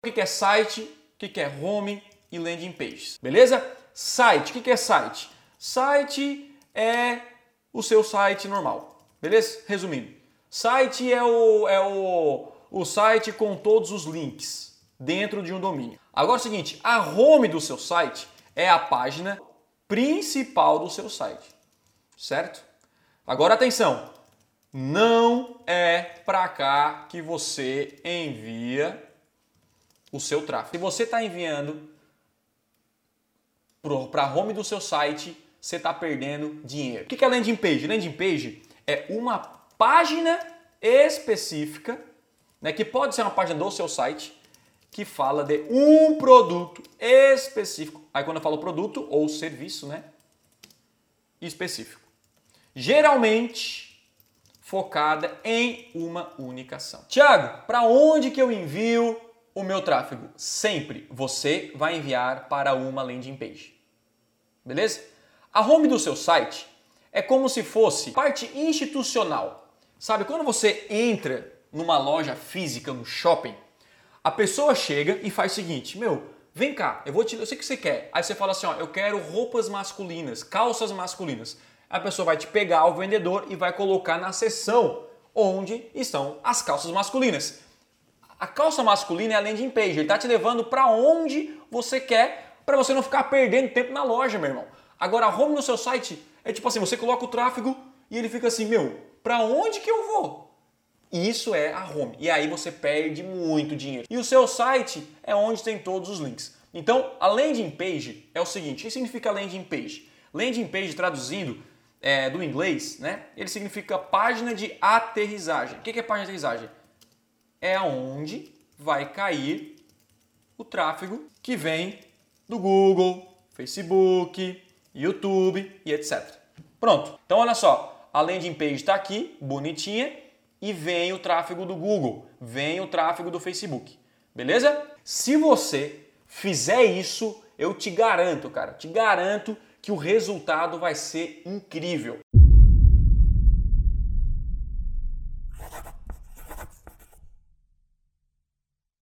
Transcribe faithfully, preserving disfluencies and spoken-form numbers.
O que é site, o que é home e landing pages, beleza? Site, o que é site? Site é o seu site normal, beleza? Resumindo, site é o, é o, o site com todos os links dentro de um domínio. Agora é o seguinte, a home do seu site é a página principal do seu site, certo? Agora atenção, não é para cá que você envia o seu tráfego. Se você está enviando para a home do seu site, você está perdendo dinheiro. O que é landing page? Landing page é uma página específica, né, que pode ser uma página do seu site, que fala de um produto específico. Aí quando eu falo produto ou serviço, né, específico. Geralmente focada em uma única ação. Tiago, para onde que eu envio o meu tráfego? Sempre você vai enviar para uma landing page. Beleza? A home do seu site é como se fosse parte institucional. Sabe, quando você entra numa loja física, no shopping, a pessoa chega e faz o seguinte: meu, vem cá, eu vou te, eu sei o que você quer. Aí você fala assim, ó, eu quero roupas masculinas, calças masculinas. A pessoa vai te pegar, o vendedor, e vai colocar na seção onde estão as calças masculinas. A calça masculina é a landing page, ele está te levando para onde você quer, para você não ficar perdendo tempo na loja, meu irmão. Agora, a home no seu site é tipo assim, você coloca o tráfego e ele fica assim, meu, para onde que eu vou? E isso é a home. E aí você perde muito dinheiro. E o seu site é onde tem todos os links. Então, a landing page é o seguinte, o que significa landing page? Landing page, traduzindo é, do inglês, né? Ele significa página de aterrissagem. O que é página de aterrissagem? É onde vai cair o tráfego que vem do Google, Facebook, YouTube e etcétera. Pronto. Então, olha só. A landing page está aqui, bonitinha, e vem o tráfego do Google, vem o tráfego do Facebook. Beleza? Se você fizer isso, eu te garanto, cara, te garanto que o resultado vai ser incrível.